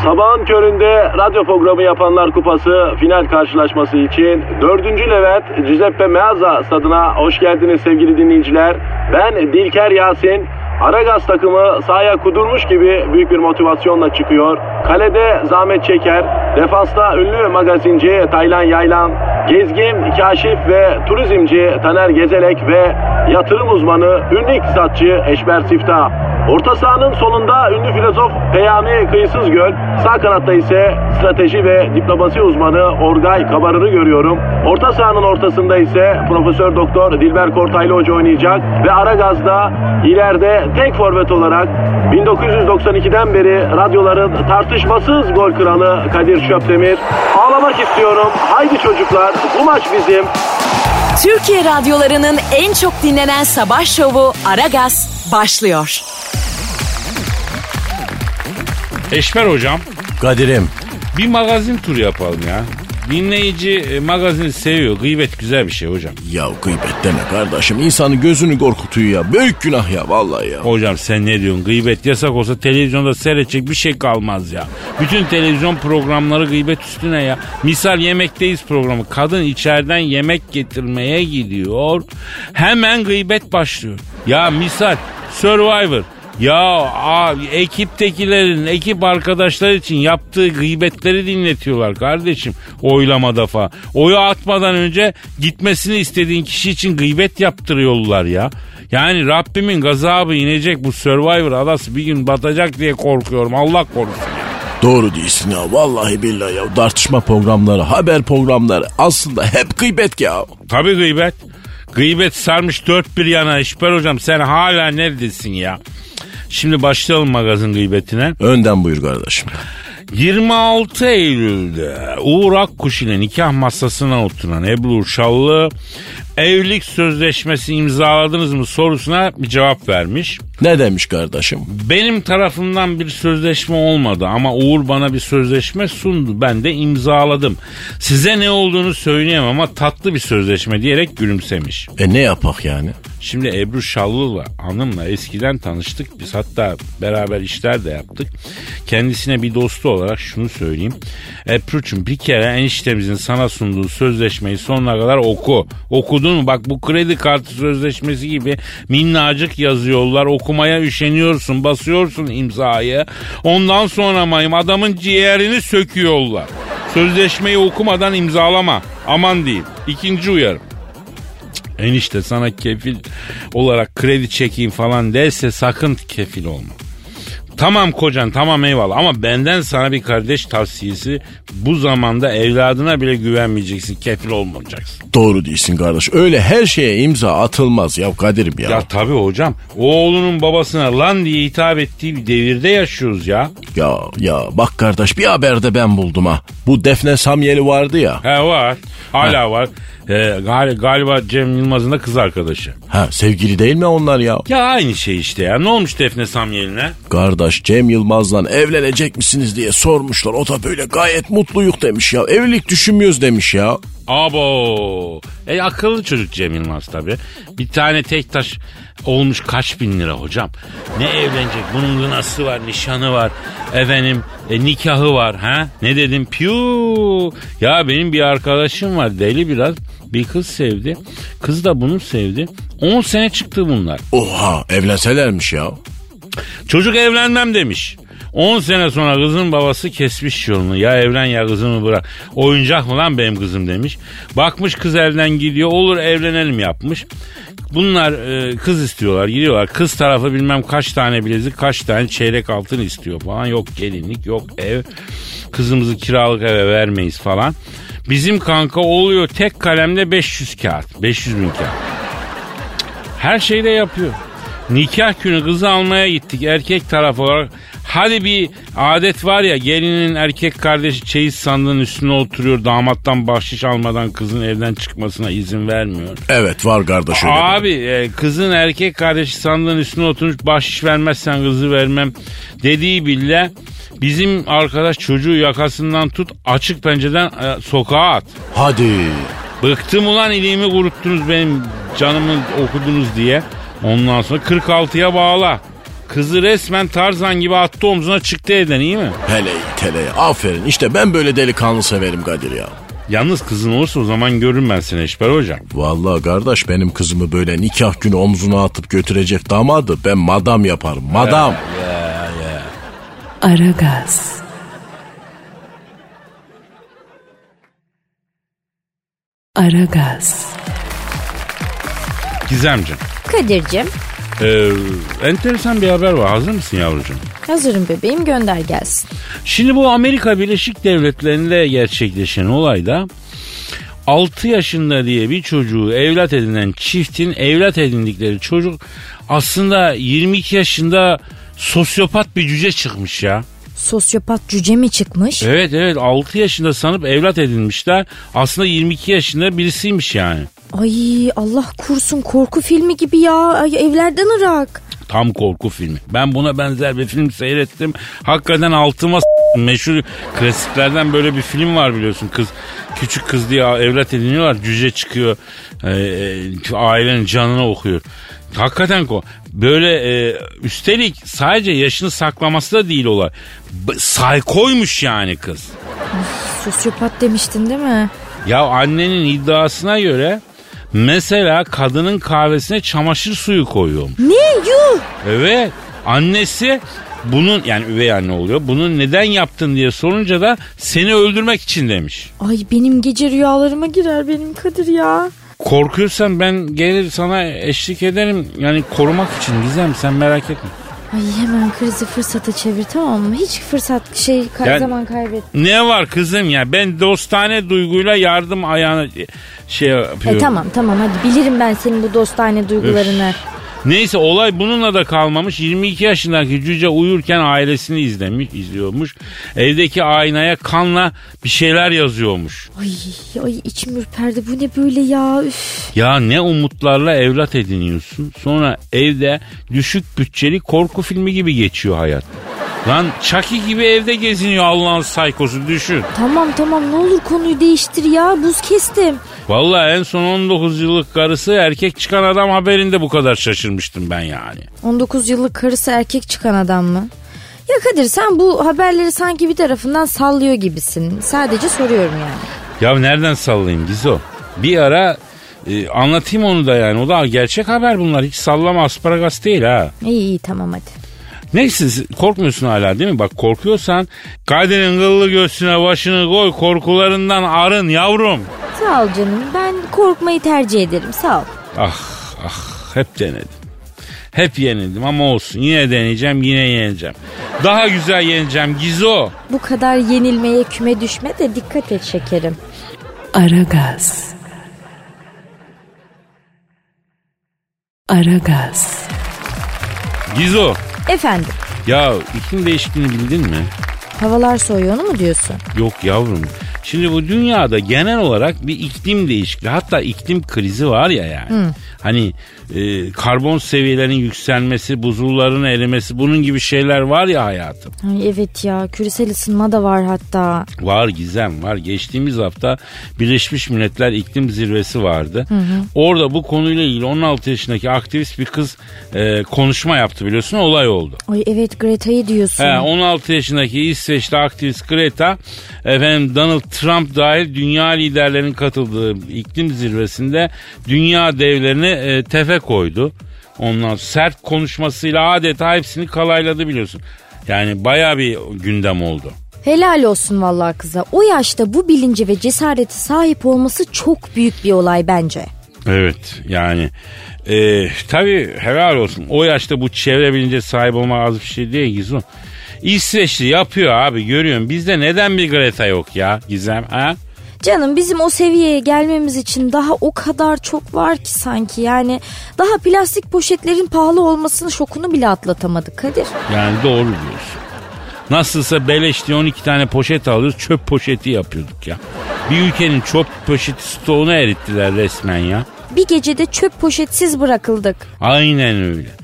Sabahın köründe radyo programı yapanlar kupası final karşılaşması için 4. Levent Giuseppe Meazza stadına hoş geldiniz sevgili dinleyiciler. Ben Dilker Yasin. Aragaz takımı sahaya kudurmuş gibi büyük bir motivasyonla çıkıyor. Kalede Zahmet Çeker, defansta ünlü magazinci Taylan Yaylan, gezgin, kaşif ve turizmci Taner Gezelek ve yatırım uzmanı, ünlü iktisatçı Eşber Siftah. Orta sahanın solunda ünlü filozof Peyami Kıyısızgöl, sağ kanatta ise strateji ve diplomasi uzmanı Orgay Kabarır'ı görüyorum. Orta sahanın ortasında ise Profesör Doktor Dilber Kortaylı Hoca oynayacak ve Aragaz'da ileride tek forvet olarak 1992'den beri radyoların tartışmasız gol kralı Kadir Şöpdemir. Ağlamak istiyorum. Haydi çocuklar, bu maç bizim. Türkiye radyolarının en çok dinlenen sabah şovu Aragaz başlıyor. Eşber hocam. Kadir'im. Bir magazin turu yapalım ya. Dinleyici magazini seviyor. Gıybet güzel bir şey hocam. Ya gıybet deme kardeşim. İnsanın gözünü korkutuyor ya. Büyük günah ya vallahi ya. Hocam sen ne diyorsun? Gıybet yasak olsa televizyonda seyredecek bir şey kalmaz ya. Bütün televizyon programları gıybet üstüne ya. Misal Yemekteyiz programı. Kadın içeriden yemek getirmeye gidiyor. Hemen gıybet başlıyor. Ya misal Survivor. Ya ekiptekilerin, ekip arkadaşlar için yaptığı gıybetleri dinletiyorlar kardeşim. Oylamada falan. Oyu atmadan önce gitmesini istediğin kişi için gıybet yaptırıyorlar ya. Yani Rabbimin gazabı inecek, bu Survivor adası bir gün batacak diye korkuyorum. Allah korusun ya. Doğru değilsin ya. Vallahi billahi ya. Tartışma programları, haber programları aslında hep gıybet ya. Tabii gıybet. Gıybet sarmış dört bir yana Eşber hocam. Sen hala neredesin ya? Şimdi başlayalım magazin gıybetine. Önden buyur kardeşim. 26 Eylül'de Uğur Akkuş ile nikah masasına oturan Ebru Uşallı evlilik sözleşmesi imzaladınız mı sorusuna bir cevap vermiş. Ne demiş kardeşim? Benim tarafımdan bir sözleşme olmadı ama Uğur bana bir sözleşme sundu. Ben de imzaladım. Size ne olduğunu söyleyemem ama tatlı bir sözleşme diyerek gülümsemiş. Ne yapak yani? Şimdi Ebru Şallı'la hanımla eskiden tanıştık biz, hatta beraber işler de yaptık. Kendisine bir dostu olarak şunu söyleyeyim. Ebru'cum bir kere eniştemizin sana sunduğu sözleşmeyi sonuna kadar oku. Okudun mu? Bak bu kredi kartı sözleşmesi gibi minnacık yazıyorlar. Okumaya üşeniyorsun, basıyorsun imzayı. Ondan sonra mayım adamın ciğerini söküyorlar. Sözleşmeyi okumadan imzalama. Aman diyeyim. İkinci uyarım. Enişte sana kefil olarak kredi çekeyim falan derse sakın kefil olma. Tamam kocan, tamam eyvallah ama benden sana bir kardeş tavsiyesi, bu zamanda evladına bile güvenmeyeceksin, kefil olmayacaksın. Doğru değilsin kardeş, öyle her şeye imza atılmaz ya Kadir'im ya. Ya tabii hocam, oğlunun babasına lan diye hitap ettiği bir devirde yaşıyoruz ya. Ya bak kardeş, bir haberde ben buldum ha. Bu Defne Samyeli vardı ya. He var, hala var. Galiba Cem Yılmaz'ın da kız arkadaşı. Ha, sevgili değil mi onlar ya? Ya aynı şey işte ya. Ne olmuş Defne Samyeli'ne? Kardeş, Cem Yılmaz'la evlenecek misiniz diye sormuşlar. O da böyle gayet mutluyuk demiş ya. Evlilik düşünmüyoruz demiş ya. Abo. Akıllı çocuk Cem Yılmaz tabii. Bir tane tek taş olmuş kaç bin lira hocam. Ne evlenecek? Bunun gınası var, nişanı var. Efendim nikahı var. Ha? Ne dedim? Piu. Ya benim bir arkadaşım var, deli biraz. Bir kız sevdi. Kız da bunu sevdi. 10 sene çıktı bunlar. Oha, evlenselermiş ya. Çocuk evlenmem demiş. 10 sene sonra kızın babası kesmiş yolunu. Ya evlen ya kızımı bırak. Oyuncak mı lan benim kızım demiş. Bakmış kız evden gidiyor. Olur evlenelim yapmış. Bunlar kız istiyorlar, gidiyorlar. Kız tarafı bilmem kaç tane bilezik, kaç tane çeyrek altın istiyor falan. Yok gelinlik, yok ev. Kızımızı kiralık eve vermeyiz falan. Bizim kanka oluyor tek kalemde 500 kağıt. 500 bin kağıt. Her şeyde yapıyor. Nikah günü kızı almaya gittik erkek tarafı olarak. Hadi bir adet var ya, gelinin erkek kardeşi çeyiz sandığının üstüne oturuyor. Damattan bahşiş almadan kızın evden çıkmasına izin vermiyor. Evet, var kardeş öyle. Abi kızın erkek kardeşi sandığın üstüne oturmuş, bahşiş vermezsen kızı vermem dediği bile bizim arkadaş çocuğu yakasından tut, açık pencereden sokağa at. Hadi. Bıktım ulan, iliğimi kuruttunuz benim canımı okudunuz diye. Ondan sonra 46'ya bağla. kızı resmen Tarzan gibi attı omzuna, çıktı evden, iyi mi? Hele aferin, işte ben böyle delikanlı severim Kadir ya. Yalnız kızın olursa o zaman görürüm ben seni Eşber hocam. Vallahi kardeş, benim kızımı böyle nikah günü omzuna atıp götürecek damadı ben madam yaparım, madam. Aragaz. Aragaz. Gizemciğim. Kadir'cim. Enteresan bir haber var. Hazır mısın yavrucuğum? Hazırım bebeğim, gönder gelsin. Şimdi bu Amerika Birleşik Devletleri'nde gerçekleşen olayda 6 yaşında diye bir çocuğu evlat edinen çiftin evlat edindikleri çocuk aslında 22 yaşında sosyopat bir cüce çıkmış ya. Sosyopat cüce mi çıkmış? Evet 6 yaşında sanıp evlat edinmişler. Aslında 22 yaşında birisiymiş yani. Ay Allah korusun, korku filmi gibi ya. Ay, evlerden ırak. Tam korku filmi. Ben buna benzer bir film seyrettim. Hakikaten altıma meşhur klasiklerden böyle bir film var biliyorsun. Küçük kız diye evlat ediniyorlar. Cüce çıkıyor. Ailenin canını okuyor. Hakikaten böyle üstelik sadece yaşını saklaması da değil olay. Saykoymuş yani kız. Sosyopat demiştin değil mi? Ya annenin iddiasına göre mesela kadının kahvesine çamaşır suyu koyuyor. Ne? Yuh! Evet. Annesi bunun, yani üvey anne oluyor, bunun neden yaptın diye sorunca da seni öldürmek için demiş. Ay benim gece rüyalarıma girer benim Kadir ya. Korkuyorsan ben gelir sana eşlik ederim. Yani korumak için Gizem, sen merak etme. Ay hemen krizi fırsata çevir, tamam mı? Hiç fırsat zaman kaybet. Ne var kızım ya, ben dostane duyguyla yardım ayağına yapıyorum. Tamam hadi, bilirim ben senin bu dostane duygularını. Üf. Neyse, olay bununla da kalmamış. 22 yaşındaki cüce uyurken ailesini izliyormuş. Evdeki aynaya kanla bir şeyler yazıyormuş. Ay içim ürperdi, bu ne böyle ya, üf. Ya ne umutlarla evlat ediniyorsun. Sonra evde düşük bütçeli korku filmi gibi geçiyor hayat. Lan Chucky gibi evde geziniyor Allah'ın saykosu, düşün. Tamam ne olur konuyu değiştir ya, buz kestim. Vallahi en son 19 yıllık karısı erkek çıkan adam haberinde bu kadar şaşırmıştım ben yani. 19 yıllık karısı erkek çıkan adam mı? Ya Kadir, sen bu haberleri sanki bir tarafından sallıyor gibisin. Sadece soruyorum yani. Ya nereden sallayayım Gizo? Bir ara anlatayım onu da yani. O da gerçek haber bunlar. Hiç sallama, asparagas değil ha. İyi tamam hadi. Neyse, korkmuyorsun hala değil mi? Bak, korkuyorsan Kadir'in kıllı göğsüne başını koy, korkularından arın yavrum. Sağ ol canım, ben korkmayı tercih ederim, sağ ol. Ah hep denedim. Hep yenildim ama olsun, yine deneyeceğim, yine yeneceğim. Daha güzel yeneceğim Gizo. Bu kadar yenilmeye küme düşme de dikkat et şekerim. Aragaz. Gizo. Efendim? Ya iklim değişikliğini bildin mi? Havalar soğuyor, onu mu diyorsun? Yok yavrum. Şimdi bu dünyada genel olarak bir iklim değişikliği, hatta iklim krizi var ya yani. Hani karbon seviyelerinin yükselmesi, buzulların erimesi, bunun gibi şeyler var ya hayatım. Ay evet ya, küresel ısınma da var hatta. Var Gizem, var. Geçtiğimiz hafta Birleşmiş Milletler İklim Zirvesi vardı. Orada bu konuyla ilgili 16 yaşındaki aktivist bir kız konuşma yaptı, biliyorsun, olay oldu. Ay evet, Greta'yı diyorsun. 16 yaşındaki İsveçli aktivist Greta, Donald Trump dahil dünya liderlerinin katıldığı iklim zirvesinde dünya devlerini tefe koydu. Ondan sert konuşmasıyla adeta hepsini kalayladı, biliyorsun. Yani bayağı bir gündem oldu. Helal olsun vallahi kıza. O yaşta bu bilince ve cesareti sahip olması çok büyük bir olay bence. Evet yani tabii helal olsun. O yaşta bu çevre bilince sahip olmak az bir şey değil Gizo. İsveçli yapıyor abi, görüyorum. Bizde neden bir Greta yok ya Gizem, ha? Canım, bizim o seviyeye gelmemiz için daha o kadar çok var ki sanki. Yani daha plastik poşetlerin pahalı olmasının şokunu bile atlatamadık Kadir. Yani doğru diyorsun. Nasılsa beleş diye 12 tane poşet alıyoruz, çöp poşeti yapıyorduk ya. Bir ülkenin çöp poşeti stoğunu erittiler resmen ya. Bir gecede çöp poşetsiz bırakıldık. Aynen öyle.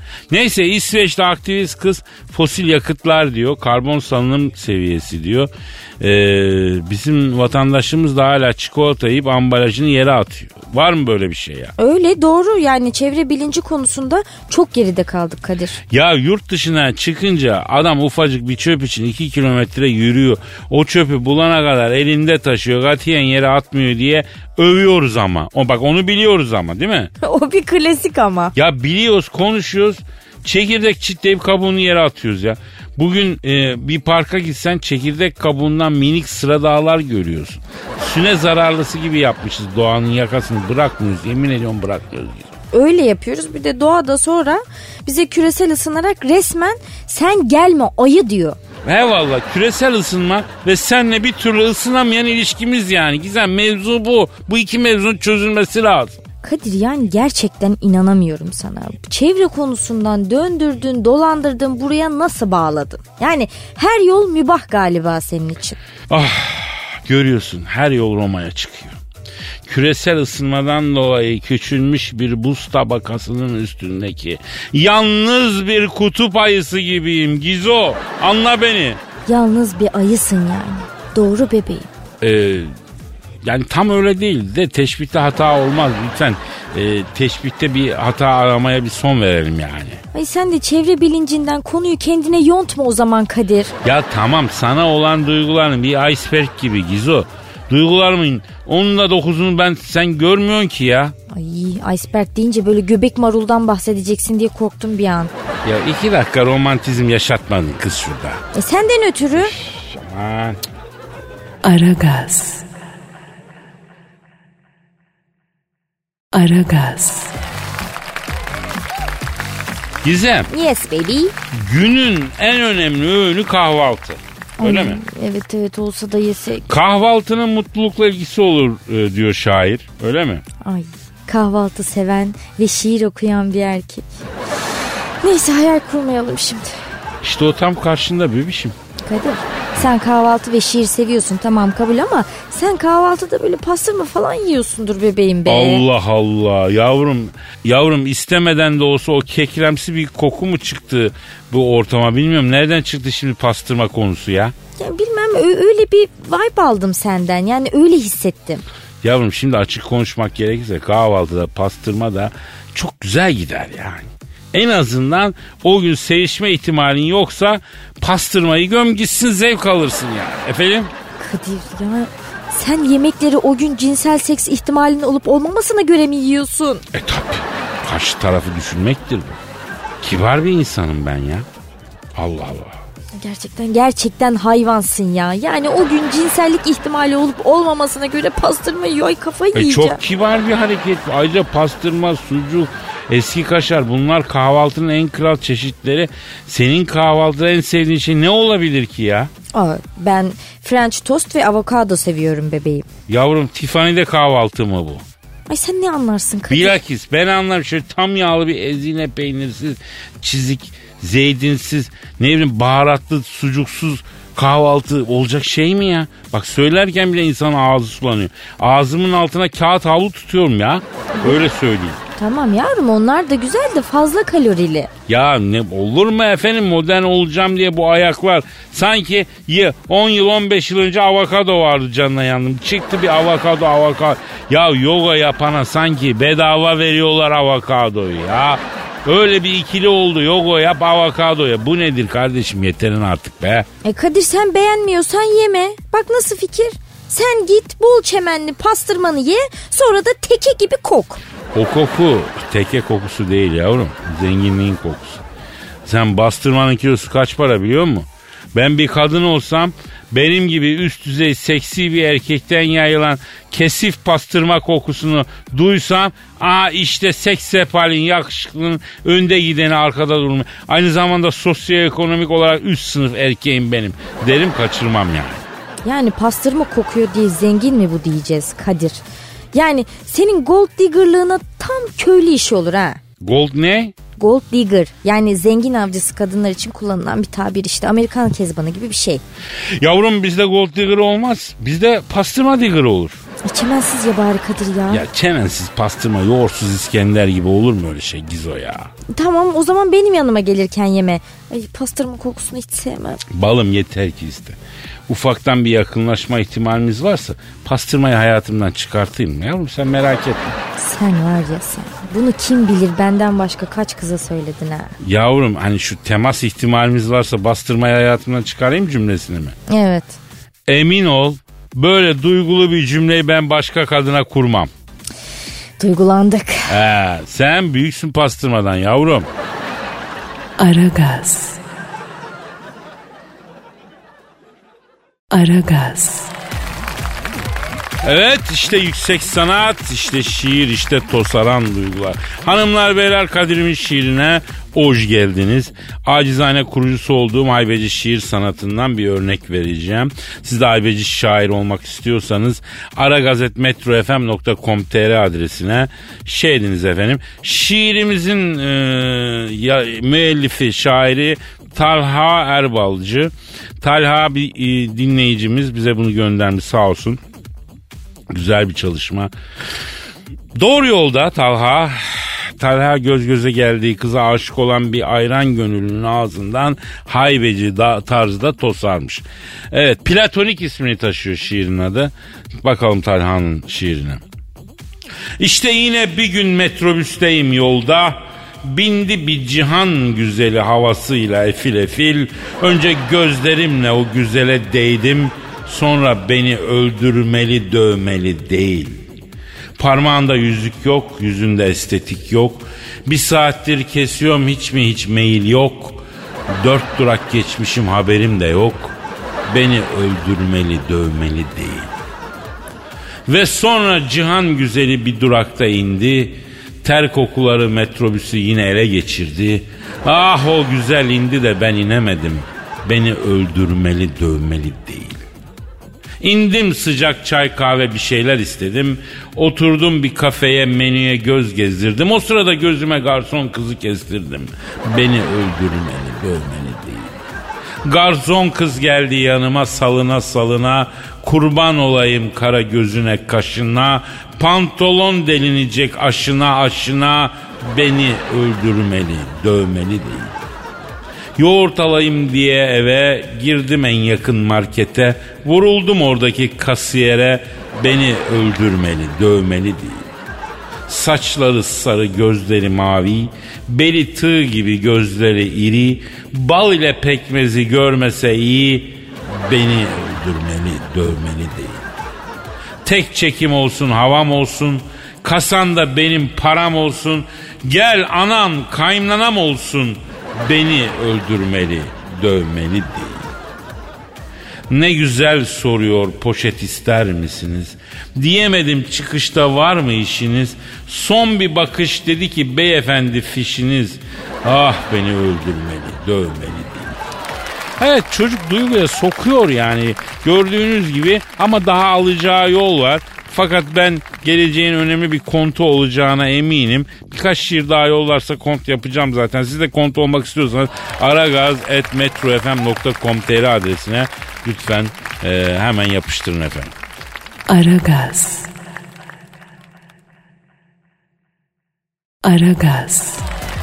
Neyse İsveç'te aktivist kız fosil yakıtlar diyor. Karbon salınım seviyesi diyor. Bizim vatandaşımız da hala çikolata yiyip ambalajını yere atıyor. Var mı böyle bir şey ya? Öyle doğru, yani çevre bilinci konusunda çok geride kaldık Kadir. Ya yurt dışına çıkınca adam ufacık bir çöp için 2 kilometre yürüyor. O çöpü bulana kadar elinde taşıyor, katiyen yere atmıyor diye övüyoruz ama. Bak onu biliyoruz ama, değil mi? O bir klasik ama. Ya biliyoruz, konuşuyoruz. Çekirdek çitleyip kabuğunu yere atıyoruz ya. Bugün bir parka gitsen çekirdek kabuğundan minik sıra dağlar görüyorsun. Süne zararlısı gibi yapmışız, doğanın yakasını bırakmıyoruz. Yemin ediyorum bırakmıyoruz. Öyle yapıyoruz, bir de doğada sonra bize küresel ısınarak resmen sen gelme ayı diyor. Eyvallah, küresel ısınma ve seninle bir türlü ısınamayan ilişkimiz yani. Gizem, mevzu bu. Bu iki mevzunun çözülmesi lazım. Kadir, yani gerçekten inanamıyorum sana. Çevre konusundan döndürdün, dolandırdın, buraya nasıl bağladın? Yani her yol mübah galiba senin için. Görüyorsun, her yol Roma'ya çıkıyor. Küresel ısınmadan dolayı küçülmüş bir buz tabakasının üstündeki yalnız bir kutup ayısı gibiyim Gizo. Anla beni. Yalnız bir ayısın yani. Doğru bebeğim. Yani tam öyle değil de teşbihte hata olmaz lütfen. Teşbihte bir hata aramaya bir son verelim yani. Ay sen de çevre bilincinden konuyu kendine yontma o zaman Kadir. Ya tamam, sana olan duyguların bir iceberg gibi Gizo. Duygularımın 10'da 9'unu sen görmüyorsun ki ya. Ay iceberg deyince böyle göbek maruldan bahsedeceksin diye korktum bir an. Ya 2 dakika romantizm yaşatmadın kız şurada. Senden ötürü. Aman. Aragaz. Aragaz. Gizem. Yes baby. Günün en önemli öğünü kahvaltı. Öyle mi? Evet olsa da yesek. Kahvaltının mutlulukla ilgisi olur diyor şair. Öyle mi? Ay, kahvaltı seven ve şiir okuyan bir erkek. Neyse, hayal kurmayalım şimdi. İşte o tam karşında bebişim. Kadir, sen kahvaltı ve şiir seviyorsun, tamam kabul, ama sen kahvaltıda böyle pastırma falan yiyorsundur bebeğim be. Allah Allah yavrum istemeden de olsa o kekremsi bir koku mu çıktı bu ortama, bilmiyorum nereden çıktı şimdi pastırma konusu ya. Ya bilmem, öyle bir vibe aldım senden, yani öyle hissettim. Yavrum şimdi açık konuşmak gerekirse kahvaltıda pastırma da çok güzel gider yani. En azından o gün sevişme ihtimalin yoksa pastırmayı göm gitsin, zevk alırsın yani. Efendim? Kadir ya, sen yemekleri o gün cinsel seks ihtimalinin olup olmamasına göre mi yiyorsun? Tabii. Karşı tarafı düşünmektir bu. Kibar bir insanım ben ya. Allah Allah. Gerçekten hayvansın ya. Yani o gün cinsellik ihtimali olup olmamasına göre pastırma yiyor. Ay kafayı yiyeceğim. Çok kibar bir hareket. Ayrıca pastırma, sucuk, eski kaşar, bunlar kahvaltının en kral çeşitleri. Senin kahvaltıda en sevdiğin şey ne olabilir ki ya? Ben French toast ve avokado seviyorum bebeğim. Yavrum Tiffany'de kahvaltı mı bu? Ay sen ne anlarsın Kadir? Bilakis ben anlarım. Şöyle tam yağlı bir ezine peynirsiz, çizik, zeytinsiz, ne bileyim baharatlı, sucuksuz kahvaltı olacak şey mi ya? Bak söylerken bile insanın ağzı sulanıyor. Ağzımın altına kağıt havlu tutuyorum ya. Öyle söyleyeyim. Tamam yavrum, onlar da güzel de fazla kalorili. Ya ne olur mu efendim, modern olacağım diye bu ayaklar. Sanki 10 yıl 15 yıl önce avokado vardı, canına yandım. Çıktı bir avokado. Ya yoga yapana sanki bedava veriyorlar avokadoyu ya. Öyle bir ikili oldu, yoga yap avokado ya. Bu nedir kardeşim, yeterin artık be. Kadir sen beğenmiyorsan yeme. Bak nasıl fikir. Sen git bol çemenli pastırmanı ye, sonra da teke gibi kok. O koku teke kokusu değil yavrum, zenginliğin kokusu. Sen bastırmanın kilosu kaç para biliyor musun? Ben bir kadın olsam benim gibi üst düzey seksi bir erkekten yayılan kesif pastırma kokusunu duysam, işte seks sefalin yakışıklının önde gideni arkada durmuyor. Aynı zamanda sosyoekonomik olarak üst sınıf erkeğim benim derim, kaçırmam yani. Yani pastırma kokuyor diye zengin mi bu diyeceğiz Kadir? Yani senin gold digger'lığına tam köylü işi olur ha. Gold ne? Gold digger, yani zengin avcısı kadınlar için kullanılan bir tabir işte. Amerikan kezbanı gibi bir şey. Yavrum bizde gold digger olmaz. Bizde pastırma digger olur. İçemensiz ya bari Kadir ya. Ya çemensiz pastırma, yoğurtsuz İskender gibi olur mu öyle şey Gizo ya? Tamam o zaman benim yanıma gelirken yeme. Ay pastırma kokusunu hiç sevmem. Balım yeter ki iste. Ufaktan bir yakınlaşma ihtimalimiz varsa pastırmayı hayatımdan çıkartayım. Yavrum sen merak etme. Sen var ya sen. Bunu kim bilir benden başka kaç kıza söyledin ha. Yavrum hani şu temas ihtimalimiz varsa pastırmayı hayatımdan çıkarayım cümlesini mi? Evet. Emin ol böyle duygulu bir cümleyi ben başka kadına kurmam. Duygulandık. Sen büyüksün pastırmadan yavrum. Aragaz. Aragaz. Evet işte yüksek sanat, işte şiir, işte tosaran duygular. Hanımlar beyler Kadir'imin şiirine hoş geldiniz. Acizane kurucusu olduğum haybeci şiir sanatından bir örnek vereceğim. Siz de haybeci şair olmak istiyorsanız aragazetmetrofm.com.tr adresine ediniz efendim. Şiirimizin müellifi, şairi Talha Erbalcı. Talha bir dinleyicimiz bize bunu göndermiş sağ olsun. Güzel bir çalışma. Doğru yolda Talha. Talha göz göze geldiği kıza aşık olan bir ayran gönüllünün ağzından haybeci tarzda tosarmış. Evet, platonik ismini taşıyor şiirin adı. Bakalım Talha'nın şiirine. İşte yine bir gün metrobüsteyim yolda. Bindi bir cihan güzeli havasıyla efil efil. Önce gözlerimle o güzele değdim. Sonra beni öldürmeli dövmeli değil. Parmağında yüzük yok, yüzünde estetik yok. Bir saattir kesiyorum hiç mail yok. 4 durak geçmişim haberim de yok. Beni öldürmeli dövmeli değil. Ve sonra cihan güzeli bir durakta indi. Ter kokuları metrobüsü yine ele geçirdi. Ah o güzel indi de ben inemedim. Beni öldürmeli dövmeli değil. İndim sıcak çay kahve bir şeyler istedim. Oturdum bir kafeye menüye göz gezdirdim. O sırada gözüme garson kızı kestirdim. Beni öldürmeli dövmeli değil. Garson kız geldi yanıma salına salına. Kurban olayım kara gözüne kaşına. Pantolon delinecek aşına. Beni öldürmeli dövmeli değil. Yoğurt alayım diye eve girdim en yakın markete. Vuruldum oradaki kasiyere. Beni öldürmeli dövmeli değil. Saçları sarı gözleri mavi. Beli tığ gibi gözleri iri. Bal ile pekmezi görmese iyi. Beni öldürmeli dövmeli değil. Tek çekim olsun havam olsun. Kasanda benim param olsun. Gel anan kaynanam olsun. Beni öldürmeli, dövmeli değil. Ne güzel soruyor poşet ister misiniz? Diyemedim çıkışta var mı işiniz? Son bir bakış dedi ki beyefendi fişiniz. Ah beni öldürmeli, dövmeli değil. Evet çocuk duyguya sokuyor yani gördüğünüz gibi ama daha alacağı yol var. Fakat ben geleceğin önemli bir kontu olacağına eminim. Birkaç şiir daha yollarsa kont yapacağım zaten. Siz de kont olmak istiyorsanız aragaz@metrofm.com.tr adresine lütfen hemen yapıştırın efendim. Aragaz. Aragaz.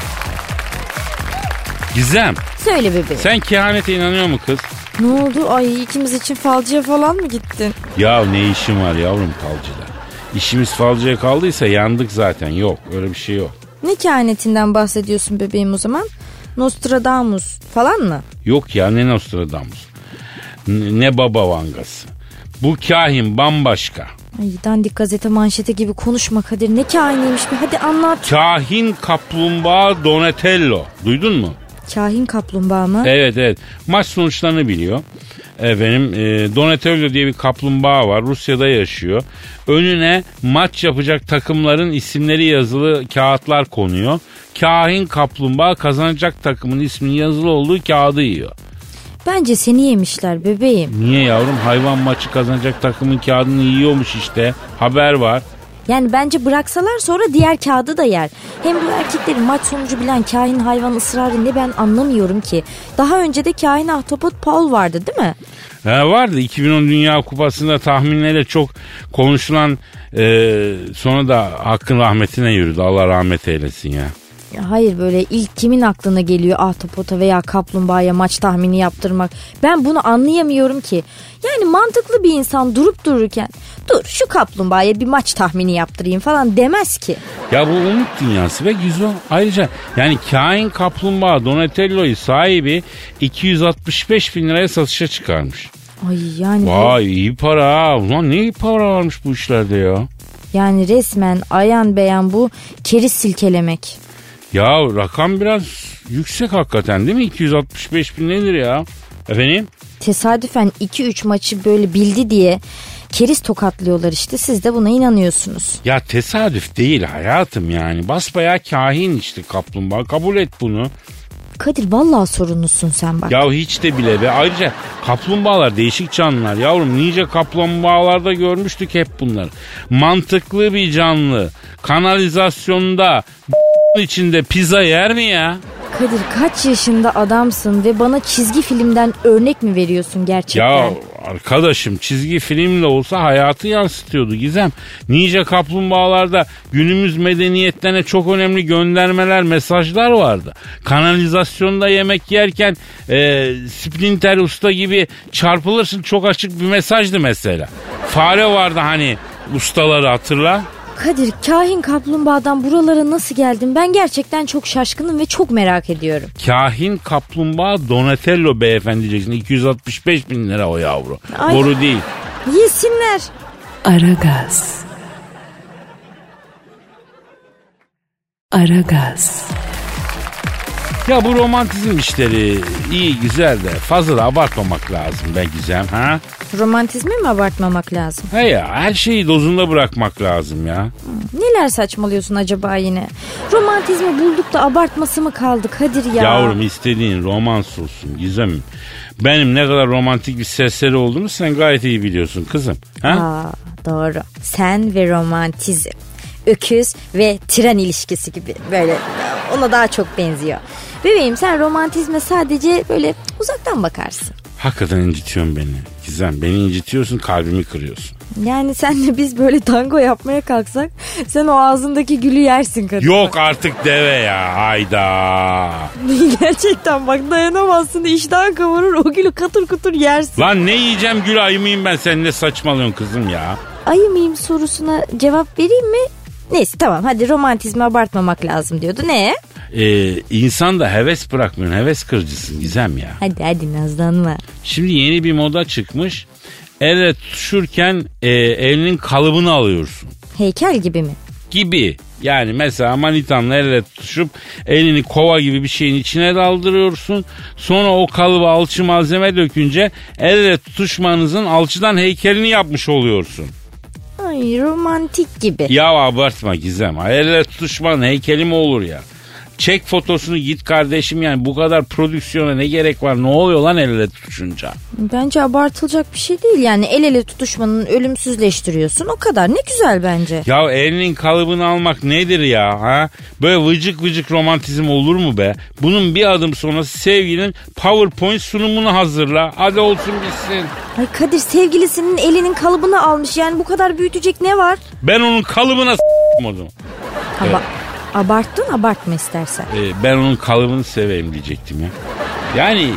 Gizem. Söyle bebeğim. Sen kehanete inanıyor mu kız? Ne oldu? Ay ikimiz için falcıya falan mı gittin? Ya ne işin var yavrum falcıda? İşimiz falcıya kaldıysa yandık zaten. Yok öyle bir şey yok. Ne kehanetinden bahsediyorsun bebeğim o zaman? Nostradamus falan mı? Yok ya ne Nostradamus. Ne baba vangası. Bu kahin bambaşka. Ay dandik gazete manşeti gibi konuşma Kadir. Ne kahiniymiş bir hadi anlat. Kahin kaplumbağa Donatello. Duydun mu? Kahin kaplumbağa mı? Evet. Maç sonuçlarını biliyor. Efendim Donatello diye bir kaplumbağa var. Rusya'da yaşıyor. Önüne maç yapacak takımların isimleri yazılı kağıtlar konuyor. Kahin kaplumbağa kazanacak takımın isminin yazılı olduğu kağıdı yiyor. Bence seni yemişler bebeğim. Niye yavrum? Hayvan maçı kazanacak takımın kağıdını yiyormuş işte. Haber var. Yani bence bıraksalar sonra diğer kağıdı da yer. Hem bu erkeklerin maç sonucu bilen kahin hayvan ısrarı ne ben anlamıyorum ki. Daha önce de kahin ahtapot Paul vardı değil mi? Vardı 2010 Dünya Kupası'nda tahminleriyle çok konuşulan sonra da hakkın rahmetine yürüdü. Allah rahmet eylesin ya. Hayır böyle ilk kimin aklına geliyor ahtapota veya kaplumbağaya maç tahmini yaptırmak? Ben bunu anlayamıyorum ki. Yani mantıklı bir insan durup dururken dur şu kaplumbağaya bir maç tahmini yaptırayım falan demez ki. Ya bu umut dünyası ve güzel. Ayrıca yani kain kaplumbağa Donatello'yu sahibi 265 bin liraya satışa çıkarmış. Ay yani. Vay iyi para ha. Ulan ne iyi para varmış bu işlerde ya. Yani resmen ayan beyan bu keriz silkelemek. Ya rakam biraz yüksek hakikaten değil mi? 265 bin nedir ya? Efendim? Tesadüfen 2-3 maçı böyle bildi diye keriz tokatlıyorlar işte. Siz de buna inanıyorsunuz. Ya tesadüf değil hayatım yani. Basbayağı kahin işte kaplumbağa. Kabul et bunu. Kadir vallahi sorumlusun sen bak. Ya hiç de bile be. Ayrıca kaplumbağalar değişik canlılar. Yavrum nice kaplumbağalarda görmüştük hep bunları. Mantıklı bir canlı. Kanalizasyonda içinde pizza yer mi ya? Kadir kaç yaşında adamsın ve bana çizgi filmden örnek mi veriyorsun gerçekten? Ya arkadaşım çizgi filmle olsa hayatı yansıtıyordu Gizem. Nice kaplumbağalarda günümüz medeniyetlerine çok önemli göndermeler, mesajlar vardı. Kanalizasyonda yemek yerken Splinter Usta gibi çarpılırsın çok açık bir mesajdı mesela. Fare vardı hani ustaları hatırla. Kadir kahin kaplumbağadan buralara nasıl geldin? Ben gerçekten çok şaşkınım ve çok merak ediyorum. Kahin kaplumbağa Donatello beyefendi diyeceksin. 265 bin lira o yavru. Ay. Boru değil. Yesinler. Aragaz. Aragaz. Ya bu romantizm işleri iyi güzel de fazla da abartmamak lazım be Gizem ha? Romantizmi mi abartmamak lazım? He ya her şeyi dozunda bırakmak lazım ya. Neler saçmalıyorsun acaba yine? Romantizmi bulduk da abartması mı kaldı Kadir ya? Yavrum istediğin romans olsun Gizem'im. Benim ne kadar romantik bir serseri olduğumu sen gayet iyi biliyorsun kızım. Ha? Aa, doğru. Sen ve romantizm. Öküz ve tren ilişkisi gibi böyle ona daha çok benziyor. Bebeğim sen romantizme sadece böyle uzaktan bakarsın. Hakikaten incitiyorsun beni. Gizem beni incitiyorsun kalbimi kırıyorsun. Yani senle biz böyle tango yapmaya kalksak sen o ağzındaki gülü yersin Kadir. Yok artık deve ya hayda. Gerçekten bak dayanamazsın iştahın kavurur o gülü katır kutur yersin. Lan ne yiyeceğim gül ayı mıyım ben sen ne saçmalıyorsun kızım ya. Ayı mıyım sorusuna cevap vereyim mi? Neyse tamam hadi romantizmi abartmamak lazım diyordu. Ne? İnsan da heves bırakmıyor. Heves kırıcısın Gizem ya. Hadi nazlanma. Şimdi yeni bir moda çıkmış. Elle tutuşurken elinin kalıbını alıyorsun. Heykel gibi mi? Gibi. Yani mesela manitanla elle tutuşup elini kova gibi bir şeyin içine daldırıyorsun. Sonra o kalıba alçı malzeme dökünce elle tutuşmanızın alçıdan heykelini yapmış oluyorsun. Ay romantik gibi. Ya abartma Gizem. Elle tutuşmanın heykeli mi olur ya? Çek fotosunu git kardeşim yani bu kadar prodüksiyona ne gerek var? Ne oluyor lan el ele tutuşunca? Bence abartılacak bir şey değil yani el ele tutuşmanın ölümsüzleştiriyorsun o kadar ne güzel bence. Ya elinin kalıbını almak nedir ya? Ha? Böyle vıcık vıcık romantizm olur mu be? Bunun bir adım sonrası sevgilinin PowerPoint sunumunu hazırla. Hadi olsun bitsin. Ay Kadir sevgilisinin elinin kalıbını almış yani bu kadar büyütecek ne var? Ben onun kalıbına s**madım. Evet. Abarttın abartma istersen. Ben onun kalıbını seveyim diyecektim ya. Yani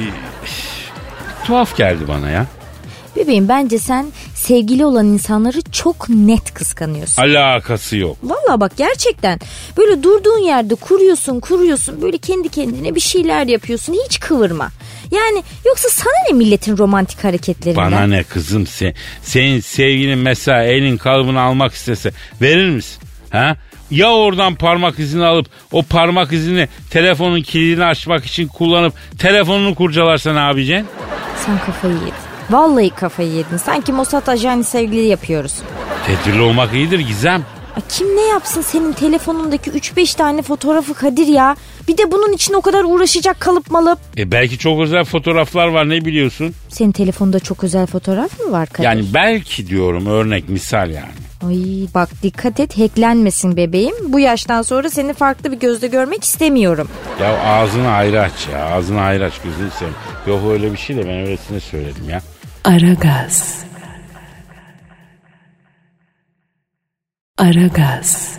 tuhaf geldi bana ya. Bebeğim bence sen sevgili olan insanları çok net kıskanıyorsun. Alakası yok. Vallahi bak gerçekten böyle durduğun yerde kuruyorsun böyle kendi kendine bir şeyler yapıyorsun hiç kıvırma. Yani yoksa sana ne milletin romantik hareketlerinden? Bana ne kızım senin sevgilin mesela elin kalıbını almak istese verir misin? Ha? Ya oradan parmak izini alıp o parmak izini telefonun kilidini açmak için kullanıp telefonunu kurcalarsan abicen? Sen kafayı yedin. Vallahi kafayı yedin. Sanki Mossad ajanı sevgili yapıyoruz. Tedbirli olmak iyidir Gizem. Kim ne yapsın senin telefonundaki 3-5 tane fotoğrafı Kadir ya? Bir de bunun için o kadar uğraşacak kalıp malıp. Belki çok özel fotoğraflar var ne biliyorsun? Senin telefonda çok özel fotoğraf mı var Kadir? Yani belki diyorum örnek misal yani. Ay bak dikkat et hacklenmesin bebeğim. Bu yaştan sonra seni farklı bir gözle görmek istemiyorum. Ya ağzını ayrı aç ya. Ağzını ayrı aç gözünü seveyim. Yok öyle bir şey de ben öylesine söyledim ya. Aragaz. Aragaz.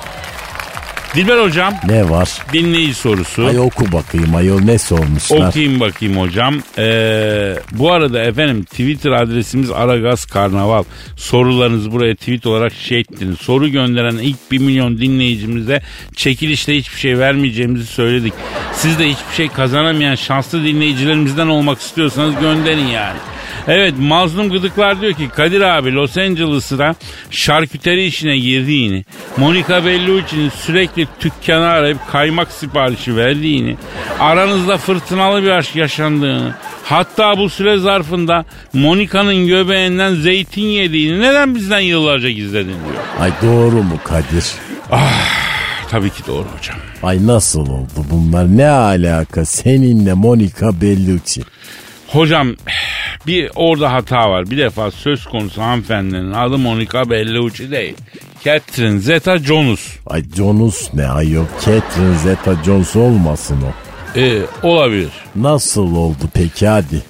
Dilber hocam. Ne var? Dinleyici sorusu. Ay oku bakayım ayol ne sormuşlar? Okuyayım bakayım hocam. Bu arada efendim Twitter adresimiz Aragaz Karnaval. Sorularınızı buraya tweet olarak ettiniz. Soru gönderen ilk 1 milyon dinleyicimize çekilişte hiçbir şey vermeyeceğimizi söyledik. Siz de hiçbir şey kazanamayan şanslı dinleyicilerimizden olmak istiyorsanız gönderin yani. Evet, Mazlum Gıdıklar diyor ki Kadir abi Los Angeles'ta şarküteri işine girdiğini, Monica Bellucci'nin sürekli dükkanı arayıp kaymak siparişi verdiğini, aranızda fırtınalı bir aşk yaşandığını, hatta bu süre zarfında Monica'nın göbeğinden zeytin yediğini neden bizden yıllarca gizledin diyor. Ay doğru mu Kadir? Tabii ki doğru hocam. Ay nasıl oldu bunlar? Ne alaka seninle Monica Bellucci? Hocam bir orada hata var. Bir defa söz konusu hanımefendinin adı Monica Bellucci değil. Catherine Zeta-Jones. Ay Jones ne ayol? Catherine Zeta-Jones olmasın o. Olabilir. Nasıl oldu peki hadi?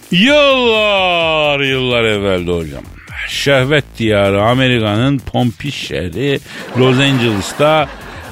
Yıllar evvelde hocam. Şehvet diyarı Amerika'nın Pompiş şehri Los Angeles'ta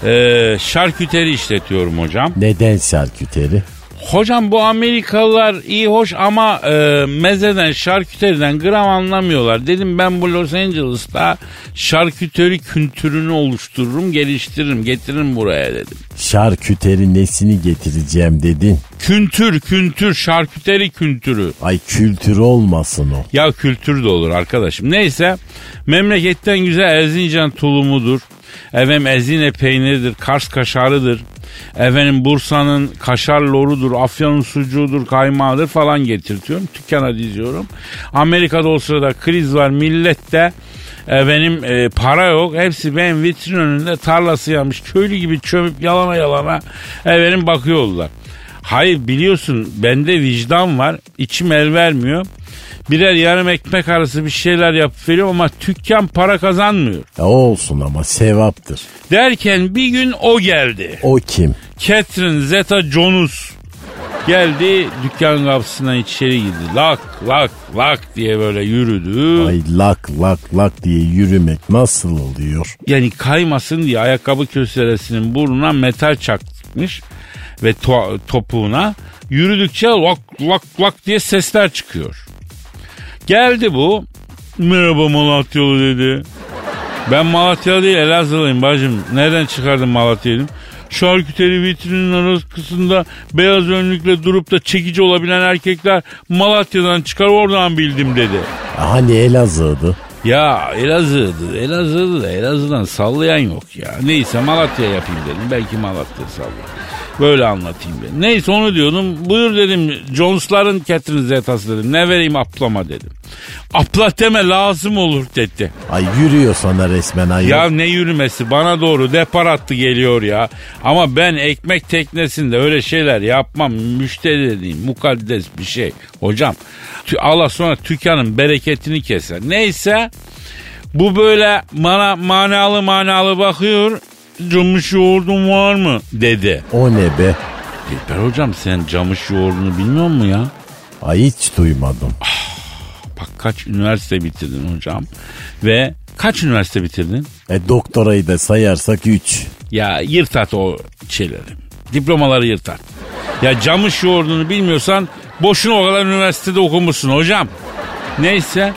şarküteri işletiyorum hocam. Neden şarküteri? Hocam bu Amerikalılar iyi hoş ama mezeden, şarküteriden gram anlamıyorlar. Dedim ben bu Los Angeles'ta şarküteri kültürünü oluştururum, geliştiririm, getiririm buraya dedim. Şarküteri nesini getireceğim dedin? Kültür, şarküteri kültürü. Ay kültür olmasın o. Ya kültür de olur arkadaşım. Neyse memleketten güzel Erzincan tulumudur. Efendim Ezine peyniridir, Kars kaşarıdır. Efendim Bursa'nın kaşar lorudur, Afyon'un sucuğudur, kaymağıdır falan getirtiyorum. Dükkana diziyorum. Amerika'da o sırada kriz var. Millette efendim para yok. Hepsi benim vitrin önünde tarlası yanmış. Köylü gibi çömüp yalana efendim bakıyorlar. Hayır biliyorsun bende vicdan var. İçim el vermiyor. Birer yarım ekmek arası bir şeyler yapıp veriyor ama dükkan para kazanmıyor. Ya olsun ama sevaptır. Derken bir gün o geldi. O kim? Catherine Zeta-Jones geldi dükkan kapısından içeri girdi. Lak diye böyle yürüdü. Ay lak diye yürümek nasıl oluyor? Yani kaymasın diye ayakkabı köselesinin burnuna metal çakmış ve topuğuna yürüdükçe lak diye sesler çıkıyor. Geldi bu. Merhaba Malatyalı dedi. Ben Malatyalı değil Elazığlıyım bacım. Nereden çıkardın Malatya'yı? Şarküteri vitrinin arasında beyaz önlükle durup da çekici olabilen erkekler Malatya'dan çıkar oradan bildim dedi. Hani Elazığ'dı? Ya Elazığ'dı da Elazığ'dan sallayan yok ya. Neyse Malatya yapayım dedim. Belki Malatya sallayayım. Böyle anlatayım dedim. Neyse onu diyordum. Buyur dedim Jones'ların Catherine Zeta'sı dedim. Ne vereyim aplama dedim. Apla deme lazım olur dedi. Ay yürüyor sana resmen ayol. Ya ne yürümesi bana doğru depar attı geliyor ya. Ama ben ekmek teknesinde öyle şeyler yapmam. Müşteri dediğim mukaddes bir şey. Hocam Allah sonra dükkanın bereketini keser. Neyse bu böyle bana manalı bakıyor. Camış yoğurdun var mı dedi. O ne be? Dilber hocam sen camış yoğurdunu bilmiyor musun ya? Ay hiç duymadım. Bak kaç üniversite bitirdin hocam. Ve kaç üniversite bitirdin? Doktorayı da sayarsak 3. Ya yırt at o şeyleri. Diplomaları yırt at. Ya camış yoğurdunu bilmiyorsan boşuna o kadar üniversitede okumuşsun hocam. Neyse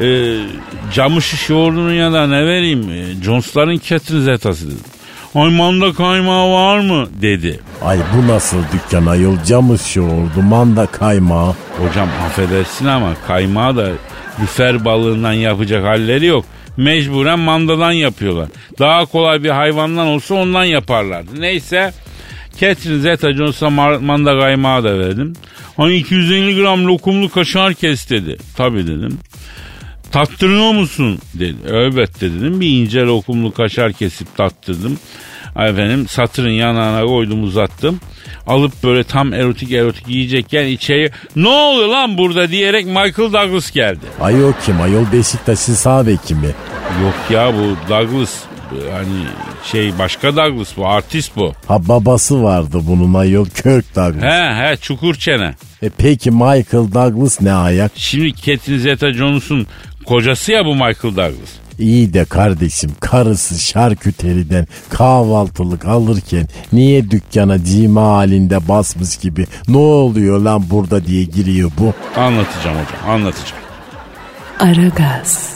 camış yoğurdunun yanında ne vereyim? Jones'ların Catherine Zeta'sı dedim. Ay manda kaymağı var mı dedi. Ay bu nasıl dükkan ayol? Camış yoğurdu, manda kaymağı. Hocam affedersin ama kaymağı da lüfer balığından yapacak halleri yok. Mecburen mandadan yapıyorlar. Daha kolay bir hayvandan olsa ondan yaparlardı. Neyse Catherine Zeta-Jones'a manda kaymağı da verdim. Hani 250 gram lokumlu kaşar kes dedi. Tabii dedim. Tattırıyor musun dedi. Evet dedim. Bir ince lokumlu kaşar kesip tattırdım. Efendim satırın yanağına koydum uzattım. Alıp böyle tam erotik yiyecekken içeri ne oluyor lan burada diyerek Michael Douglas geldi. Ay o kim ayol? Beşiktaş'ın sağ beki mi? Yok ya bu Douglas hani başka Douglas bu, artist bu. Ha babası vardı bunun ayol, Kirk Douglas. He çukur çene. Peki Michael Douglas ne ayak? Şimdi Catherine Zeta-Jones'un kocası ya bu Michael Douglas. İyi de kardeşim, karısı şarküteriden kahvaltılık alırken niye dükkana cima halinde basmış gibi ne oluyor lan burada diye giriyor bu? Anlatacağım hocam, anlatacağım. Aragaz.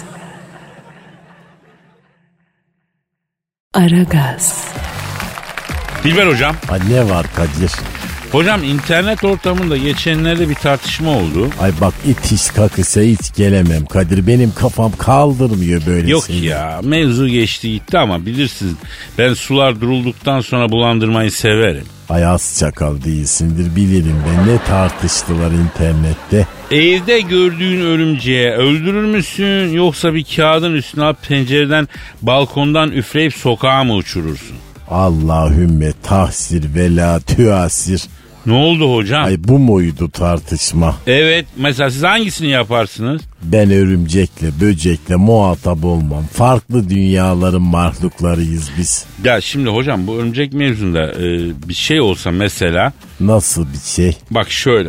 Aragaz. Dilber hocam. Ha ne var Kadir? Hocam internet ortamında geçenlerde bir tartışma oldu. Ay bak itiş kakısa hiç gelemem Kadir. Benim kafam kaldırmıyor böyle Yok şeyleri. ya mevzu geçti gitti ama bilirsiniz ben sular durulduktan sonra bulandırmayı severim. Ay az çakal değilsindir bilirim ben. Ne tartıştılar internette? Evde gördüğün örümceğe öldürür müsün yoksa bir kağıdın üstüne alıp pencereden balkondan üfleyip sokağa mı uçurursun? Allahümme tahsir vela tüasir. Ne oldu hocam? Ay bu muydu tartışma? Evet mesela siz hangisini yaparsınız? Ben örümcekle böcekle muhatap olmam. Farklı dünyaların mahluklarıyız biz. Ya şimdi hocam bu örümcek mevzunda bir şey olsa mesela. Nasıl bir şey? Bak şöyle.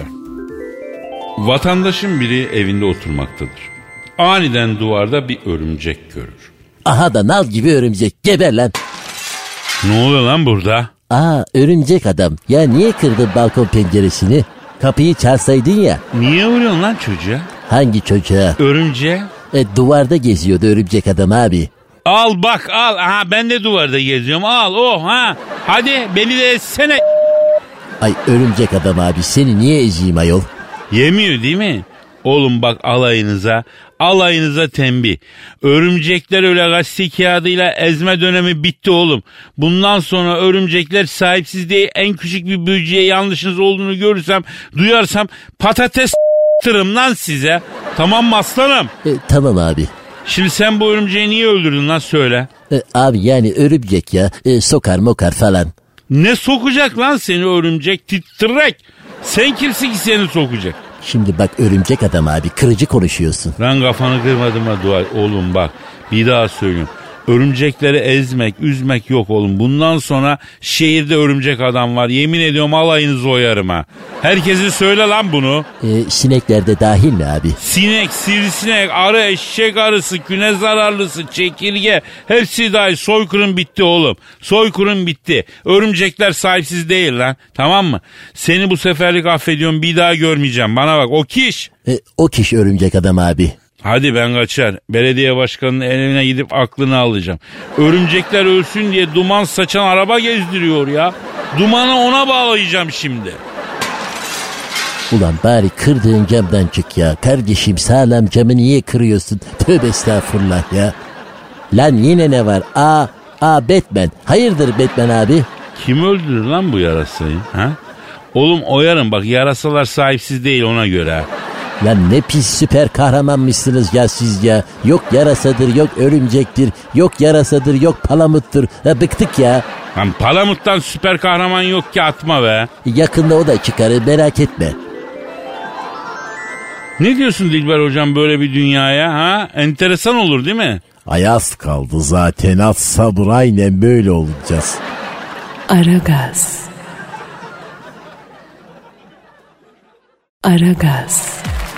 Vatandaşın biri evinde oturmaktadır. Aniden duvarda bir örümcek görür. Aha da nal gibi örümcek, geber lan. Ne oluyor lan burada? Aa örümcek adam, ya niye kırdın balkon penceresini? Kapıyı çalsaydın ya. Niye vuruyorsun lan çocuğa? Hangi çocuğa? Örümceğe. Duvarda geziyordu örümcek adam abi. Al bak al. Aha ben de duvarda geziyorum. Al ha. Hadi beni de etsene. Ay örümcek adam abi, seni niye ezeyim ayol? Yemiyor değil mi? Oğlum bak alayınıza tembih. Örümcekler öyle gazete kağıdıyla ezme dönemi bitti oğlum. Bundan sonra örümcekler sahipsiz diye en küçük bir böceğe yanlışınız olduğunu görürsem, duyarsam patates tırım lan size. Tamam mı aslanım? Tamam abi. Şimdi sen bu örümceği niye öldürdün lan söyle. Abi yani örümcek ya, sokar mokar falan. Ne sokacak lan seni örümcek titrek? Sen kimsin ki seni sokacak? Şimdi bak örümcek adam abi, kırıcı konuşuyorsun. Lan kafanı kırmadım ha dua. Oğlum bak bir daha söylüyorum. Örümcekleri ezmek, üzmek yok oğlum. Bundan sonra şehirde örümcek adam var. Yemin ediyorum alayınızı oyarım ha. Herkese söyle lan bunu. Sinekler de dahil mi abi? Sinek, sivrisinek, arı, eşek arısı, güne zararlısı, çekirge hepsi dahil. Soykırım bitti oğlum. Soykırım bitti. Örümcekler sahipsiz değil lan. Tamam mı? Seni bu seferlik affediyorum, bir daha görmeyeceğim. Bana bak o kiş. O kişi örümcek adam abi. Hadi ben kaçar. Belediye başkanının evine gidip aklını alacağım. Örümcekler ölsün diye duman saçan araba gezdiriyor ya. Dumanı ona bağlayacağım şimdi. Ulan bari kırdığın camdan çık ya. Kardeşim sağlam camı niye kırıyorsun? Tövbe estağfurullah ya. Lan yine ne var? Batman. Hayırdır Batman abi? Kim öldürür lan bu yarasayı? Ha? Oğlum oyarım bak, yarasalar sahipsiz değil ona göre. Lan ne pis süper kahramanmışsınız ya siz ya. Yok yarasadır, yok örümcektir, yok yarasadır, yok palamuttur. Bıktık ya. Lan palamuttan süper kahraman yok ki, atma be. Yakında o da çıkar, merak etme. Ne diyorsun Dilber hocam böyle bir dünyaya ha? Enteresan olur değil mi? Ayaz kaldı zaten, az sabır, aynen böyle olacağız. Aragaz. Aragaz.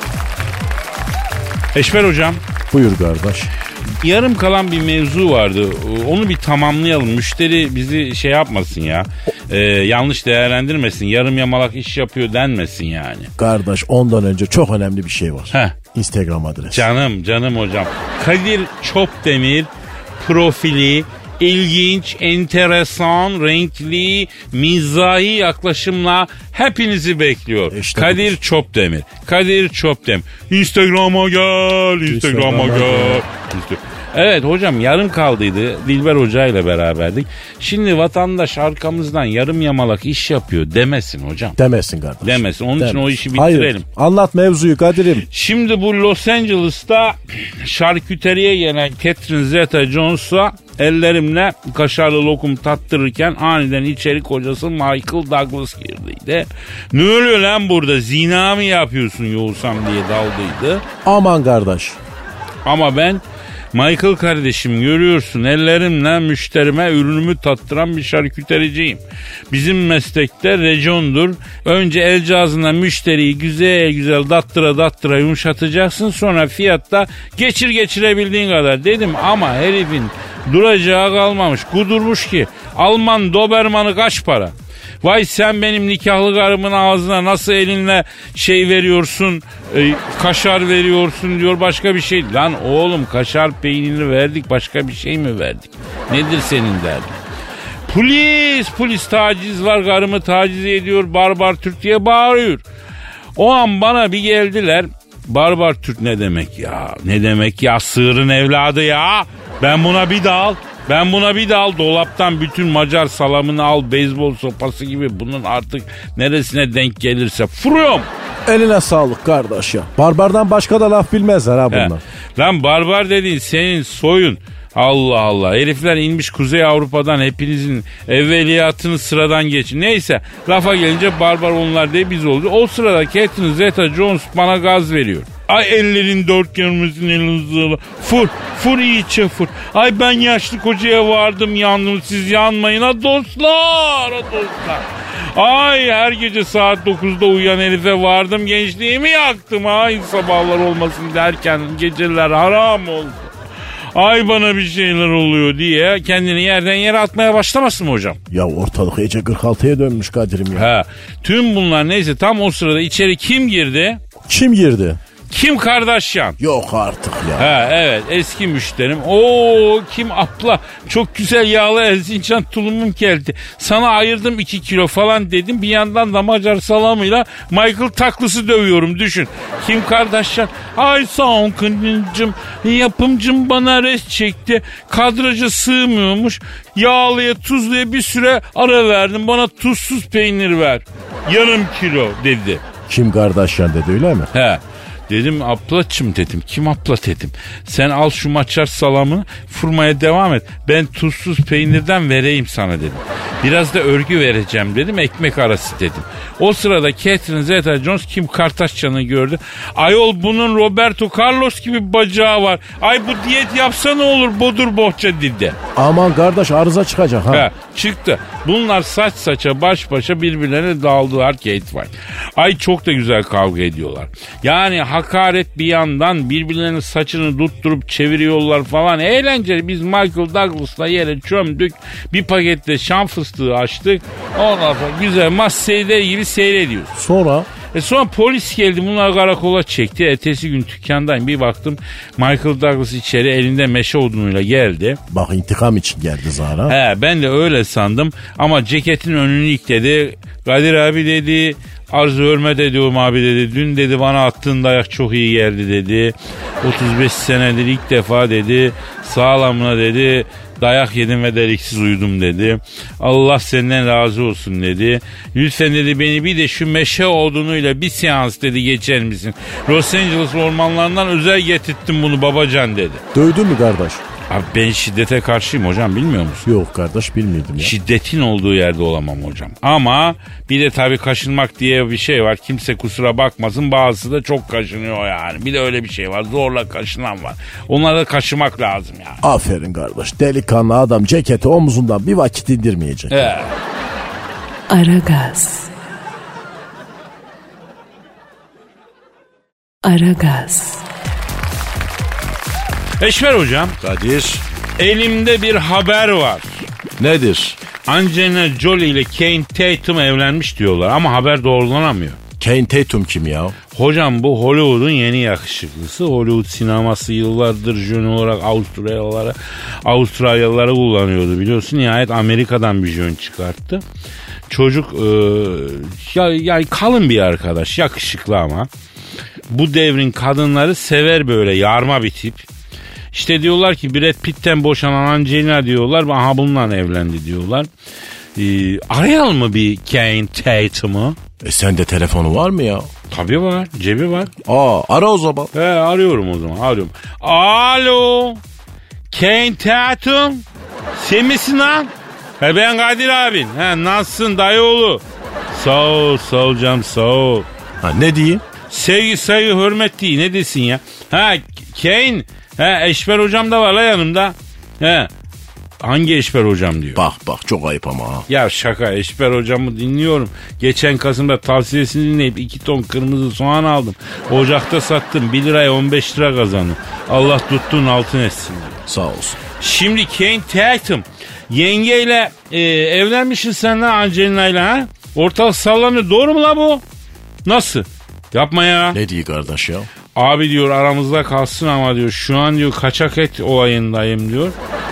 Eşber hocam. Buyur kardeş. Yarım kalan bir mevzu vardı. Onu bir tamamlayalım. Müşteri bizi şey yapmasın ya. Yanlış değerlendirmesin. Yarım yamalak iş yapıyor denmesin yani. Kardeş ondan önce çok önemli bir şey var. Heh. Instagram adresi. Canım hocam. Kadir Çopdemir profili ilginç, enteresan, renkli, mizahi yaklaşımla hepinizi bekliyor. İşte Kadir Çopdemir. Kadir Çopdemir. Instagram'a gel. Evet hocam, yarım kaldıydı. Dilber Hoca ile beraberdik. Şimdi vatandaş arkamızdan yarım yamalak iş yapıyor demesin hocam. Demesin kardeş. Demesin. Onun için o işi Hayır. bitirelim. Anlat mevzuyu Kadir'im. Şimdi bu Los Angeles'ta şarküteriye gelen Catherine Zeta-Jones'a ellerimle kaşarlı lokum tattırırken aniden içeri kocası Michael Douglas girdiydi. Ne oluyor lan burada, zina mı yapıyorsun yoğursam diye daldıydı. Aman kardeş. Ama ben Michael kardeşim görüyorsun ellerimle müşterime ürünümü tattıran bir şarkütericiyim. Bizim meslekte recondur. Önce el cihazından müşteriyi güzel güzel dattıra yumuşatacaksın. Sonra fiyatta geçirebildiğin kadar dedim ama herifin duracağı kalmamış. Kudurmuş ki Alman Doberman'ı kaç para? Vay sen benim nikahlı karımın ağzına nasıl elinle şey veriyorsun, kaşar veriyorsun diyor başka bir şey. Lan oğlum kaşar peynirini verdik başka bir şey mi verdik? Nedir senin derdin? Polis taciz var karımı taciz ediyor barbar Türk diye bağırıyor. O an bana bir geldiler. Barbar Türk ne demek ya? Ne demek ya sığırın evladı ya? Ben buna bir dal dolaptan bütün Macar salamını al beyzbol sopası gibi bunun artık neresine denk gelirse vuruyorum. Eline sağlık kardeş ya. Barbardan başka da laf bilmezler ha bunlar. Lan barbar dediğin senin soyun. Allah Allah herifler inmiş Kuzey Avrupa'dan hepinizin evveliyatını sıradan geçin. Neyse lafa gelince barbar onlar diye biz oldu. O sırada Catherine Zeta-Jones bana gaz veriyor. Ay ellerin dört yanımızın elinizi fır iyice fır. Ay ben yaşlı kocaya vardım yandım siz yanmayın ha dostlar. Ay her gece saat 9'da uyuyan herife vardım gençliğimi yaktım. Ay sabahlar olmasın derken geceler haram oldu. Ay bana bir şeyler oluyor diye kendini yerden yere atmaya başlamasın mı hocam? Ya ortalık iyice 46'ya dönmüş Kadir'im ya. Tüm bunlar neyse tam o sırada içeri kim girdi? Kim girdi? Kim Kardashian? Yok artık ya. Evet eski müşterim. Oo Kim abla çok güzel yağlı Erzincan tulumum geldi. Sana ayırdım 2 kilo falan dedim. Bir yandan da Macar salamıyla Michael Taklısı dövüyorum düşün. Kim Kardashian? Ay sağ ol kıncım. Yapımcım bana rest çekti. Kadraja sığmıyormuş. Yağlıya tuzluya bir süre ara verdim. Bana tuzsuz peynir ver. Yarım kilo dedi. Kim Kardashian dedi öyle mi? Dedim ablacım dedim. Kim abla dedim. Sen al şu Macar salamını fırmaya devam et. Ben tuzsuz peynirden vereyim sana dedim. Biraz da örgü vereceğim dedim. Ekmek arası dedim. O sırada Catherine Zeta-Jones Kim Kardashian'ı gördü. Ayol bunun Roberto Carlos gibi bacağı var. Ay bu diyet yapsa ne olur bodur bohça dedi. Aman kardeş arıza çıkacak ha. Çıktı. Bunlar saç saça baş başa birbirlerine dağıldılar Kate White. Ay çok da güzel kavga ediyorlar. Yani hakaret bir yandan birbirlerinin saçını tutturup çeviriyorlar falan. Eğlenceli. Biz Michael Douglas'la yere çömdük. Bir pakette şam fıstığı açtık. Ondan sonra güzel masseyle gibi seyrediyoruz. Sonra polis geldi bunlar karakola çekti. Ertesi gün dükkandayım bir baktım Michael Douglas içeri elinde meşe odunuyla geldi. Bak intikam için geldi Zahra. Ben de öyle sandım ama ceketin önünü ikledi. Kadir abi dedi arzu hürmet ediyorum abi dedi. Dün dedi bana attığın dayak çok iyi geldi dedi. 35 senedir ilk defa dedi sağlamına dedi. Dayak yedim ve deliksiz uyudum dedi. Allah senden razı olsun dedi. Lütfen dedi beni bir de şu meşe odunuyla bir seans dedi geçer misin? Los Angeles ormanlarından özel getirttim bunu babacan dedi. Dövdün mü kardeş? Abi ben şiddete karşıyım hocam bilmiyor musun? Yok kardeş bilmiyordum ya. Şiddetin olduğu yerde olamam hocam. Ama bir de tabii kaşınmak diye bir şey var. Kimse kusura bakmasın bazısı da çok kaşınıyor yani. Bir de öyle bir şey var zorla kaşınan var. Onlara da kaşımak lazım yani. Aferin kardeş delikanlı adam ceketi omuzundan bir vakit indirmeyecek. Aragaz. Eşver hocam. Kadir. Elimde bir haber var. Nedir? Angelina Jolie ile Kane Tatum evlenmiş diyorlar ama haber doğrulanamıyor. Kane Tatum kim ya? Hocam bu Hollywood'un yeni yakışıklısı. Hollywood sineması yıllardır jön olarak Avustralyalıları kullanıyordu biliyorsun. Nihayet Amerika'dan bir jön çıkarttı. Çocuk yani kalın bir arkadaş yakışıklı ama. Bu devrin kadınları sever böyle yarma bir tip. İşte diyorlar ki Brad Pitt'ten boşanan Angelina diyorlar. Aha bununla evlendi diyorlar. Arayalım mı bir Kane Tatum'u? Sende telefonu var mı ya? Tabii var. Cebi var. Ara o zaman. Arıyorum o zaman. Arıyorum. Alo. Kane Tatum. Sen misin lan? Ben Kadir abin. Nasılsın dayıoğlu? Sağ ol canım sağ ol. Ne diyeyim? Sevgi saygı hürmet değil ne desin ya? Kane. He, Eşber hocam da var la yanımda. He. Hangi Eşber hocam diyor. Bak çok ayıp ama ha. Ya şaka, Eşber hocamı dinliyorum. Geçen Kasım'da tavsiyesini dinleyip 2 ton kırmızı soğan aldım. Ocakta sattım, 1 liraya 15 lira kazandım. Allah tuttuğun altın etsin diyor. Sağ olsun. Şimdi Kane Tatum, yengeyle evlenmişsin sen la Angelina'yla ha? Ortalık sallanıyor, doğru mu la bu? Nasıl? Yapma ya. Ne diyor kardeş ya? Abi diyor aramızda kalsın ama diyor şu an diyor kaçak et olayındayım diyor.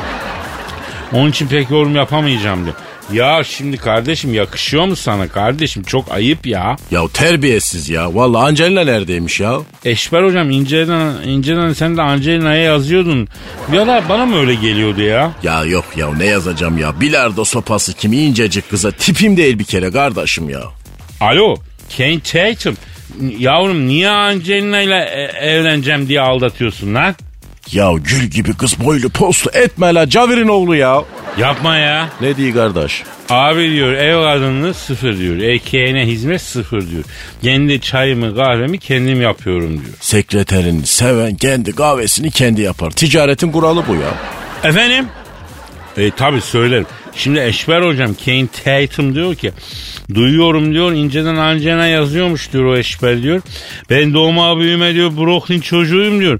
Onun için pek yorum yapamayacağım diyor. Ya şimdi kardeşim yakışıyor mu sana kardeşim? Çok ayıp ya. Ya terbiyesiz ya. Vallahi Angelina neredeymiş ya? Eşber hocam inceden sen de Angelina'ya yazıyordun. Ya da bana mı öyle geliyordu ya? Ya yok ya ne yazacağım ya? Bilardo sopası kimi incecik kıza tipim değil bir kere kardeşim ya. Alo Kane Tatum. Yavrum niye Angelina ile evleneceğim diye aldatıyorsun lan? Ya gül gibi kız boylu postlu etme la Cavir'in oğlu ya. Yapma ya. Ne diyor kardeş? Abi diyor ev kadınlığı 0 diyor. Erkeğine hizmet 0 diyor. Kendi çayımı kahvemi kendim yapıyorum diyor. Sekreterini seven kendi kahvesini kendi yapar. Ticaretin kuralı bu ya. Efendim? Tabii söylerim. Şimdi Eşber hocam Kane Tatum diyor ki duyuyorum diyor inceden Angelina yazıyormuş diyor o Eşber diyor. Ben doğma büyüme diyor Brooklyn çocuğuyum diyor.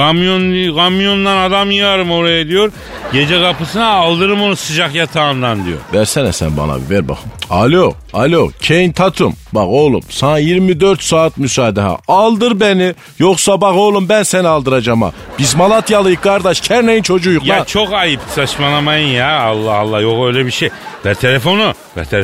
Kamyondan adam yığarım oraya diyor. Gece kapısına aldırırım onu sıcak yatağından diyor. Versene sen bana bir ver bakayım. Alo Kane Tatum. Bak oğlum sana 24 saat müsaade ha. Aldır beni yoksa bak oğlum ben seni aldıracağım ha. Biz Malatyalıyık kardeş Kerneğin çocuğuyuk ya lan. Çok ayıp saçmalamayın ya Allah Allah yok öyle bir şey. Ver telefonu.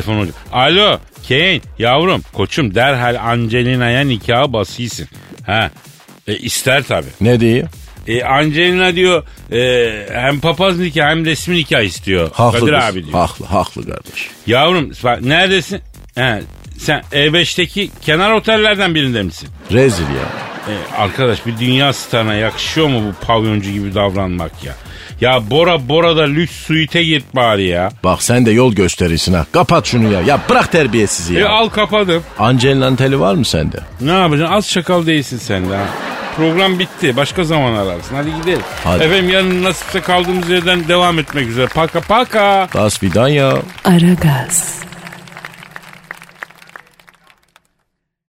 Alo Kane yavrum koçum derhal Angelina'ya nikahı basıyorsun. Ha ister tabii. Ne diyor? Angelina diyor hem papaz nikah hem resmi nikah istiyor. Haklı Kadir kız. abi diyor. Haklı kardeş. Yavrum bak neredesin? Sen E5'teki kenar otellerden birinde misin? Rezil ya. Arkadaş bir dünya starına yakışıyor mu bu pavyoncu gibi davranmak ya? Ya Bora da lüks suite git bari ya. Bak sen de yol gösterirsin ha. Kapat şunu ya. Ya bırak terbiyesizi ya. Al kapadım. Angelina'nın teli var mı sende? Ne yapacaksın? Az çakal değilsin sen de ha. Program bitti. Başka zaman ararsın. Hadi gidelim. Hadi. Efendim yarın nasipse kaldığımız yerden devam etmek üzere. Paka. Das vidanya. Aragaz.